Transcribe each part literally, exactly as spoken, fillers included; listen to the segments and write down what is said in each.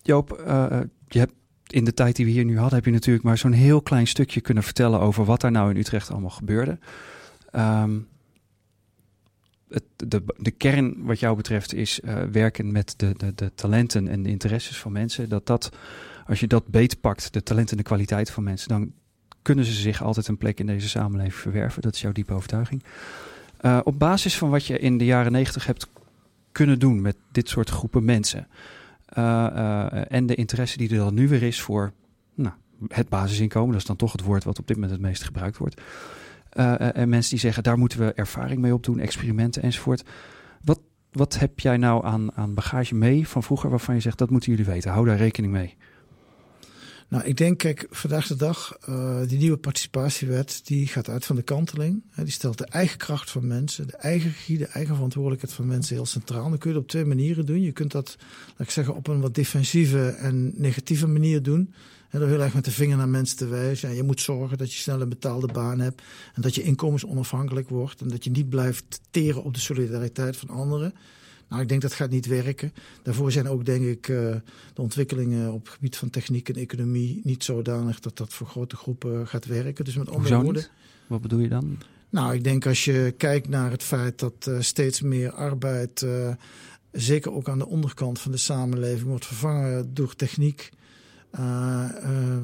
Joop, uh, je hebt in de tijd die we hier nu hadden, heb je natuurlijk maar zo'n heel klein stukje kunnen vertellen over wat daar nou in Utrecht allemaal gebeurde. Um, het, de, de kern wat jou betreft is uh, werken met de, de, de talenten en de interesses van mensen. Dat dat, als je dat beetpakt, de talenten en de kwaliteit van mensen, dan kunnen ze zich altijd een plek in deze samenleving verwerven. Dat is jouw diepe overtuiging. Uh, op basis van wat je in de jaren negentig hebt kunnen doen met dit soort groepen mensen. Uh, uh, en de interesse die er dan nu weer is voor nou, het basisinkomen. Dat is dan toch het woord wat op dit moment het meest gebruikt wordt. Uh, uh, en mensen die zeggen, daar moeten we ervaring mee opdoen, experimenten enzovoort. Wat, wat heb jij nou aan, aan bagage mee van vroeger waarvan je zegt, dat moeten jullie weten. Hou daar rekening mee. Nou, ik denk, kijk, vandaag de dag, uh, die nieuwe participatiewet, die gaat uit van de kanteling. Hè, die stelt de eigen kracht van mensen, de eigen regie, de eigen verantwoordelijkheid van mensen heel centraal. Dan kun je het op twee manieren doen. Je kunt dat, laat ik zeggen, op een wat defensieve en negatieve manier doen. En door heel erg met de vinger naar mensen te wijzen. En je moet zorgen dat je snel een betaalde baan hebt. En dat je inkomensonafhankelijk wordt. En dat je niet blijft teren op de solidariteit van anderen. Nou, ik denk dat gaat niet werken. Daarvoor zijn ook, denk ik, uh, de ontwikkelingen op het gebied van techniek en economie niet zodanig dat dat voor grote groepen gaat werken. Dus met andere woorden. Niet? Wat bedoel je dan? Nou, ik denk als je kijkt naar het feit dat uh, steeds meer arbeid, uh, zeker ook aan de onderkant van de samenleving, wordt vervangen door techniek. Uh, uh,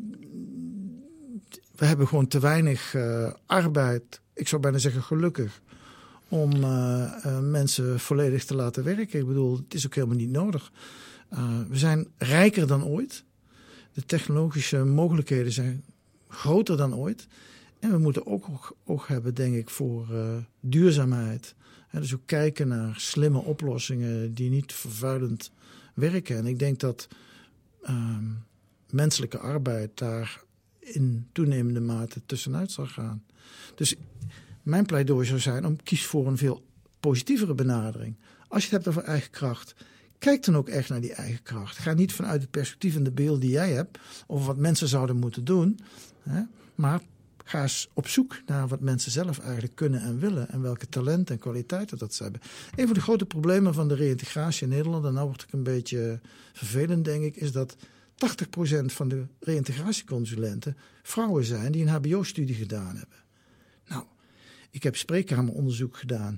we hebben gewoon te weinig uh, arbeid, ik zou bijna zeggen gelukkig, om uh, uh, mensen volledig te laten werken. Ik bedoel, het is ook helemaal niet nodig. Uh, we zijn rijker dan ooit. De technologische mogelijkheden zijn groter dan ooit. En we moeten ook oog hebben, denk ik, voor uh, duurzaamheid. En dus ook kijken naar slimme oplossingen die niet vervuilend werken. En ik denk dat uh, menselijke arbeid daar in toenemende mate tussenuit zal gaan. Dus mijn pleidooi zou zijn om kies voor een veel positievere benadering. Als je het hebt over eigen kracht, kijk dan ook echt naar die eigen kracht. Ga niet vanuit het perspectief en de beeld die jij hebt over wat mensen zouden moeten doen. Hè, maar ga eens op zoek naar wat mensen zelf eigenlijk kunnen en willen. En welke talenten en kwaliteiten dat ze hebben. Een van de grote problemen van de reïntegratie in Nederland, en nou word ik een beetje vervelend denk ik, is dat tachtig procent van de reïntegratieconsulenten vrouwen zijn die een H B O-studie gedaan hebben. Nou, ik heb spreekkameronderzoek gedaan.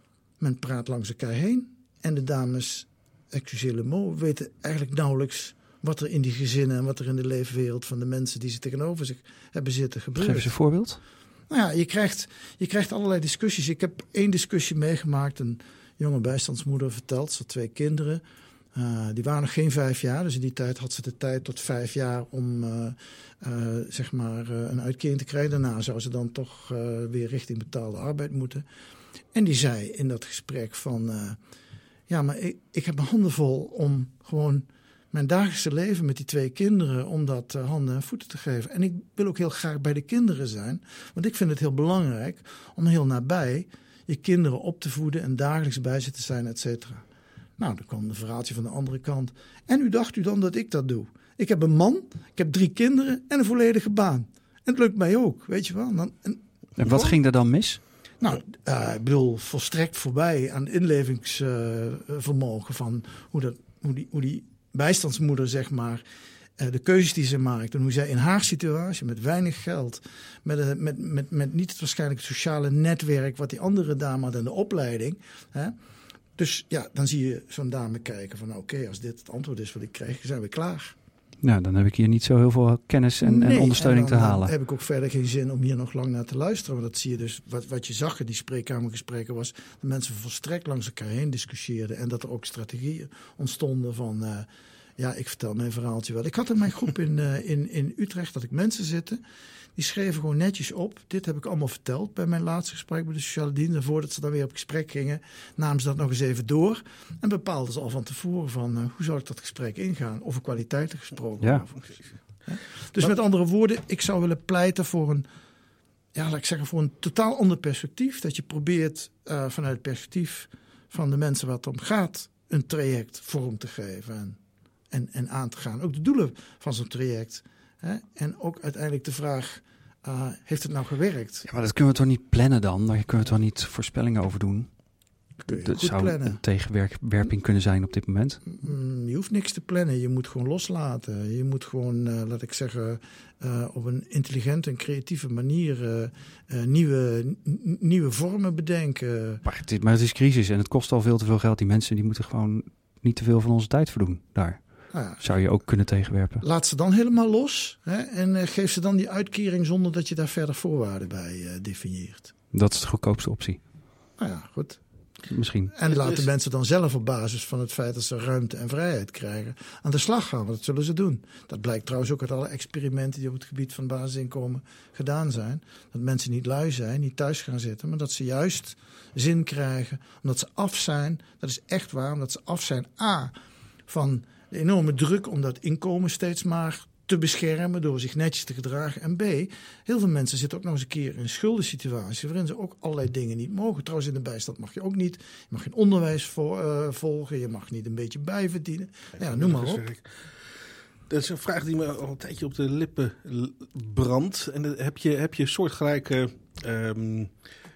Men praat langs elkaar heen. En de dames, excusez le mot, weten eigenlijk nauwelijks wat er in die gezinnen en wat er in de leefwereld van de mensen die ze tegenover zich hebben zitten gebeurt. Geef eens een voorbeeld. Nou ja, je krijgt, je krijgt allerlei discussies. Ik heb één discussie meegemaakt. Een jonge bijstandsmoeder vertelt, ze had twee kinderen. Uh, die waren nog geen vijf jaar, dus in die tijd had ze de tijd tot vijf jaar om uh, uh, zeg maar, uh, een uitkering te krijgen. Daarna zou ze dan toch uh, weer richting betaalde arbeid moeten. En die zei in dat gesprek van, uh, ja, maar ik, ik heb mijn handen vol om gewoon mijn dagelijkse leven met die twee kinderen, om dat uh, handen en voeten te geven. En ik wil ook heel graag bij de kinderen zijn, want ik vind het heel belangrijk om heel nabij je kinderen op te voeden en dagelijks bij ze te zijn, et cetera. Nou, dan kwam de verhaaltje van de andere kant. En u dacht u dan dat ik dat doe? Ik heb een man, ik heb drie kinderen en een volledige baan. En het lukt mij ook, weet je wel. Dan, en, en wat ging er dan mis? Nou, uh, ik bedoel, volstrekt voorbij aan inlevingsvermogen uh, van hoe, dat, hoe, die, hoe die bijstandsmoeder, zeg maar, uh, de keuzes die ze maakt en hoe zij in haar situatie met weinig geld, met, uh, met, met, met niet het waarschijnlijk sociale netwerk wat die andere dame had en de opleiding, hè. Dus ja, dan zie je zo'n dame kijken van oké, okay, als dit het antwoord is wat ik krijg, zijn we klaar. Nou, dan heb ik hier niet zo heel veel kennis en, nee, en ondersteuning en dan, te halen. Dan heb ik ook verder geen zin om hier nog lang naar te luisteren. Want dat zie je dus, wat, wat je zag in die spreekkamergesprekken was dat mensen volstrekt langs elkaar heen discussieerden. En dat er ook strategieën ontstonden van, uh, ja, ik vertel mijn verhaaltje wel. Ik had in mijn groep in, uh, in, in Utrecht, dat ik mensen zitten, die schreven gewoon netjes op. Dit heb ik allemaal verteld bij mijn laatste gesprek bij de sociale dienst. En voordat ze dan weer op gesprek gingen, namen ze dat nog eens even door. En bepaalden ze al van tevoren van, uh, hoe zou ik dat gesprek ingaan? Over kwaliteiten gesproken. Ja. Over. Dus met andere woorden, ik zou willen pleiten voor een, ja, laat ik zeggen, voor een totaal ander perspectief. Dat je probeert uh, vanuit het perspectief van de mensen waar het om gaat, een traject vorm te geven en, en, en aan te gaan. Ook de doelen van zo'n traject. Hè? En ook uiteindelijk de vraag, uh, heeft het nou gewerkt? Ja, maar dat kunnen we toch niet plannen dan? Daar kunnen we toch niet voorspellingen over doen? kun je Dat goed zou plannen. een tegenwerping kunnen zijn op dit moment. Mm, je hoeft niks te plannen. Je moet gewoon loslaten. Je moet gewoon, uh, laat ik zeggen, uh, op een intelligente en creatieve manier uh, uh, nieuwe, n- nieuwe vormen bedenken. Maar het, is, maar het is crisis en het kost al veel te veel geld. Die mensen die moeten gewoon niet te veel van onze tijd verdoen daar. Nou ja, Zou je ook kunnen tegenwerpen. laat ze dan helemaal los, hè, en uh, geef ze dan die uitkering zonder dat je daar verder voorwaarden bij uh, definieert. Dat is de goedkoopste optie. Nou ja, goed. Misschien. En laat de Dus- mensen dan zelf op basis van het feit dat ze ruimte en vrijheid krijgen aan de slag gaan. Want dat zullen ze doen. Dat blijkt trouwens ook uit alle experimenten die op het gebied van basisinkomen gedaan zijn. Dat mensen niet lui zijn, niet thuis gaan zitten, maar dat ze juist zin krijgen. Omdat ze af zijn, dat is echt waar, omdat ze af zijn A, van de enorme druk om dat inkomen steeds maar te beschermen door zich netjes te gedragen. En B, heel veel mensen zitten ook nog eens een keer in een schuldensituatie waarin ze ook allerlei dingen niet mogen. Trouwens, in de bijstand mag je ook niet. Je mag geen onderwijs voor, uh, volgen. Je mag niet een beetje bijverdienen. Ja, noem maar op. Dat is een vraag die me al een tijdje op de lippen brandt. En heb je, heb je soortgelijke um,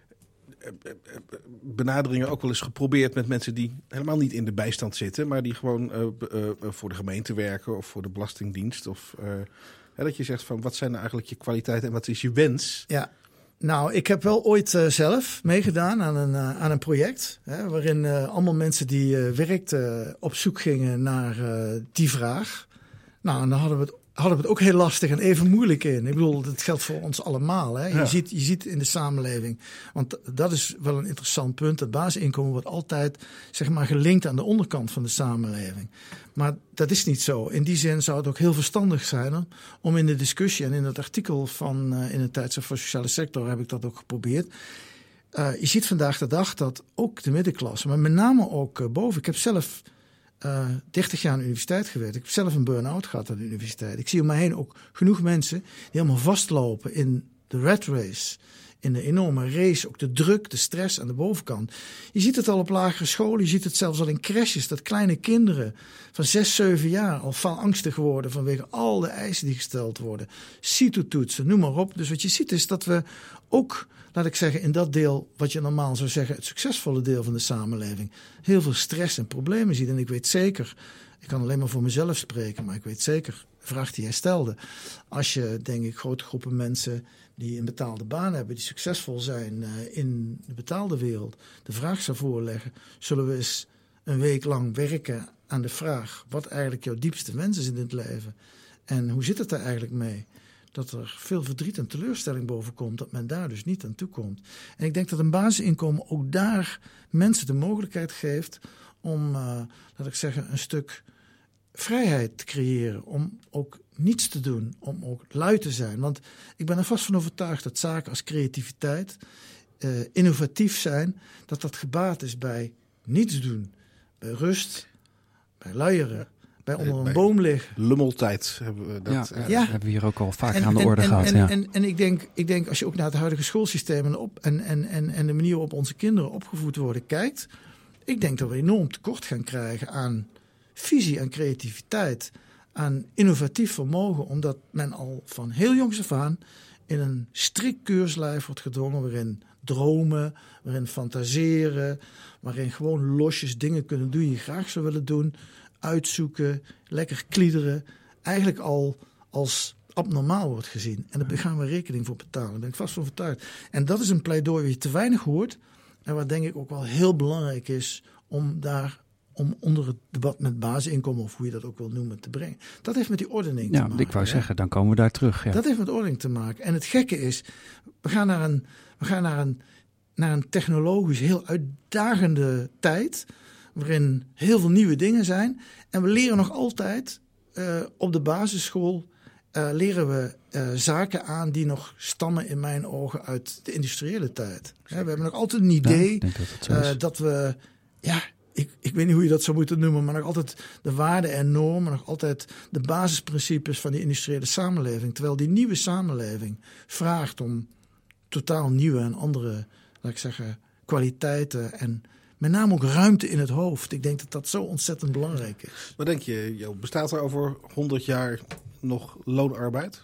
benaderingen ook wel eens geprobeerd met mensen die helemaal niet in de bijstand zitten, maar die gewoon uh, uh, voor de gemeente werken of voor de Belastingdienst? Of uh, hè, dat je zegt van wat zijn nou eigenlijk je kwaliteiten en wat is je wens? Ja. Nou, ik heb wel ooit uh, zelf meegedaan aan een, uh, aan een project, hè, waarin uh, allemaal mensen die uh, werkten uh, op zoek gingen naar uh, die vraag. Nou, en dan hadden we het hadden we het ook heel lastig en even moeilijk in. Ik bedoel, dat geldt voor ons allemaal. Hè. Je, ja. ziet, je ziet in de samenleving, want dat is wel een interessant punt. Het basisinkomen wordt altijd, zeg maar, gelinkt aan de onderkant van de samenleving. Maar dat is niet zo. In die zin zou het ook heel verstandig zijn om in de discussie en in het artikel van uh, in het tijdschrift voor sociale sector heb ik dat ook geprobeerd. Uh, je ziet vandaag de dag dat ook de middenklasse, maar met name ook uh, boven. Ik heb zelf Uh, dertig jaar aan de universiteit gewerkt. Ik heb zelf een burn-out gehad aan de universiteit. Ik zie om me heen ook genoeg mensen die helemaal vastlopen in de rat race. In de enorme race, ook de druk, de stress aan de bovenkant. Je ziet het al op lagere scholen, je ziet het zelfs al in crèches. Dat kleine kinderen van zes, zeven jaar al faalangstig worden vanwege al de eisen die gesteld worden. C I T O-toetsen, noem maar op. Dus wat je ziet is dat we ook, laat ik zeggen, in dat deel, wat je normaal zou zeggen, het succesvolle deel van de samenleving, heel veel stress en problemen ziet. En ik weet zeker, ik kan alleen maar voor mezelf spreken, maar ik weet zeker, de vraag die jij stelde, als je, denk ik, grote groepen mensen die een betaalde baan hebben, die succesvol zijn uh, in de betaalde wereld, de vraag zou voorleggen, zullen we eens een week lang werken aan de vraag wat eigenlijk jouw diepste wens is in het leven en hoe zit het daar eigenlijk mee? Dat er veel verdriet en teleurstelling boven komt, dat men daar dus niet aan toe komt. En ik denk dat een basisinkomen ook daar mensen de mogelijkheid geeft om, uh, laat ik zeggen, een stuk vrijheid te creëren. Om ook niets te doen, om ook lui te zijn. Want ik ben er vast van overtuigd dat zaken als creativiteit, uh, innovatief zijn, dat dat gebaat is bij niets doen. Bij rust, bij luieren. Bij onder een bij boom liggen. Lummeltijd hebben we dat. Ja, uh, ja, Ja. dat hebben we hier ook al vaker En, aan de en, orde en, gehad. En, ja. en, en ik, denk, ik denk, als je ook naar het huidige schoolsysteem en, op, en, en, en, en de manier waarop onze kinderen opgevoed worden kijkt, ik denk dat we enorm tekort gaan krijgen aan visie en creativiteit, aan innovatief vermogen, omdat men al van heel jongs af aan in een strikt keurslijf wordt gedwongen, waarin dromen, waarin fantaseren, waarin gewoon losjes dingen kunnen doen die je graag zou willen doen, uitzoeken, lekker kliederen, eigenlijk al als abnormaal wordt gezien. En daar gaan we rekening voor betalen. Daar ben ik vast van overtuigd. En dat is een pleidooi wat je te weinig hoort en wat denk ik ook wel heel belangrijk is om daar om onder het debat met basisinkomen, of hoe je dat ook wil noemen, te brengen. Dat heeft met die ordening Ja, te maken. ik wou hè? zeggen, dan komen we daar terug. Ja. Dat heeft met ordening te maken. En het gekke is, we gaan naar een, we gaan naar een, naar een technologisch heel uitdagende tijd, waarin heel veel nieuwe dingen zijn. En we leren nog altijd uh, op de basisschool uh, leren we uh, zaken aan die nog stammen in mijn ogen uit de industriële tijd. Hè, we hebben nog altijd een idee Ja, ik denk dat, het zo is. uh, dat we, ja, ik, ik weet niet hoe je dat zou moeten noemen, maar nog altijd de waarden en normen, nog altijd de basisprincipes van die industriële samenleving. Terwijl die nieuwe samenleving vraagt om totaal nieuwe en andere, laat ik zeggen, kwaliteiten en met name ook ruimte in het hoofd. Ik denk dat dat zo ontzettend belangrijk is. Wat denk je, Jo, bestaat er over honderd jaar nog loonarbeid?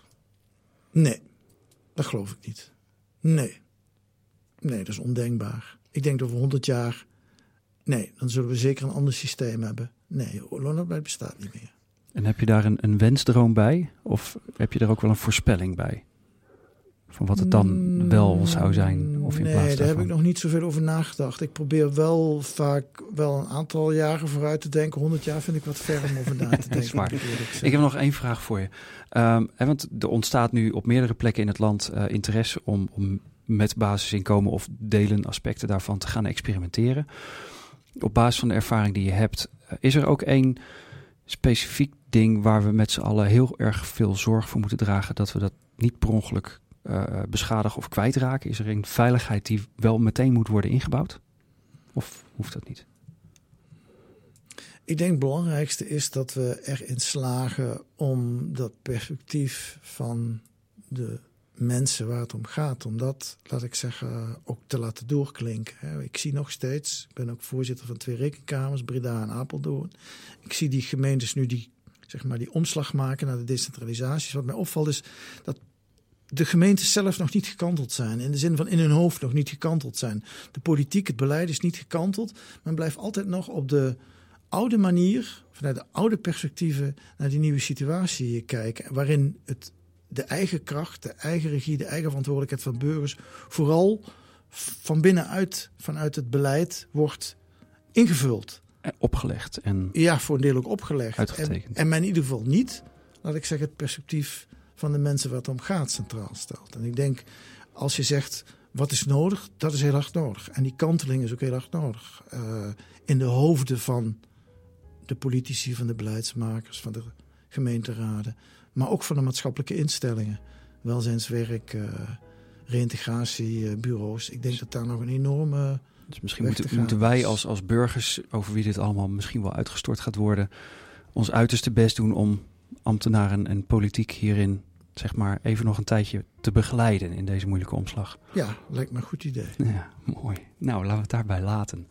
Nee, dat geloof ik niet. Nee. Nee, dat is ondenkbaar. Ik denk dat over honderd jaar Nee, dan zullen we zeker een ander systeem hebben. Nee, loonarbeid bestaat niet meer. En heb je daar een, een wensdroom bij? Of heb je er ook wel een voorspelling bij? Van wat het dan wel zou zijn? Of in nee, plaats daar daarvan? heb ik nog niet zoveel over nagedacht. Ik probeer wel vaak wel een aantal jaren vooruit te denken. honderd jaar vind ik wat ver om over na te denken. Smart. Ik heb nog één vraag voor je. Um, hè, want er ontstaat nu op meerdere plekken in het land uh, interesse om, om met basisinkomen of delen aspecten daarvan te gaan experimenteren. Op basis van de ervaring die je hebt, uh, is er ook één specifiek ding waar we met z'n allen heel erg veel zorg voor moeten dragen dat we dat niet per ongeluk uh, beschadigen of kwijtraken? Is er een veiligheid die wel meteen moet worden ingebouwd? Of hoeft dat niet? Ik denk het belangrijkste is dat we erin slagen om dat perspectief van de mensen waar het om gaat, om dat, laat ik zeggen, ook te laten doorklinken. Ik zie nog steeds, ik ben ook voorzitter van twee rekenkamers, Breda en Apeldoorn. Ik zie die gemeentes nu die, zeg maar, die omslag maken naar de decentralisatie. Wat mij opvalt is dat de gemeentes zelf nog niet gekanteld zijn. In de zin van in hun hoofd nog niet gekanteld zijn. De politiek, het beleid is niet gekanteld. Men blijft altijd nog op de oude manier, vanuit de oude perspectieven, naar die nieuwe situatie kijken. Waarin het, de eigen kracht, de eigen regie, de eigen verantwoordelijkheid van burgers vooral van binnenuit, vanuit het beleid, wordt ingevuld. En opgelegd. En ja, voor een deel ook opgelegd. Uitgetekend. En, en men in ieder geval niet, laat ik zeggen, het perspectief van de mensen waar het om gaat centraal stelt. En ik denk, als je zegt, wat is nodig? Dat is heel erg nodig. En die kanteling is ook heel erg nodig. Uh, in de hoofden van de politici, van de beleidsmakers, van de gemeenteraden. Maar ook van de maatschappelijke instellingen. Welzijnswerk, uh, reïntegratiebureaus. Ik denk dat daar nog een enorme... Dus misschien moeten, moeten wij als, als burgers, over wie dit allemaal misschien wel uitgestort gaat worden, ons uiterste best doen om ambtenaren en politiek hierin, zeg maar, even nog een tijdje te begeleiden in deze moeilijke omslag. Ja, lijkt me een goed idee. Ja, mooi. Nou, laten we het daarbij laten.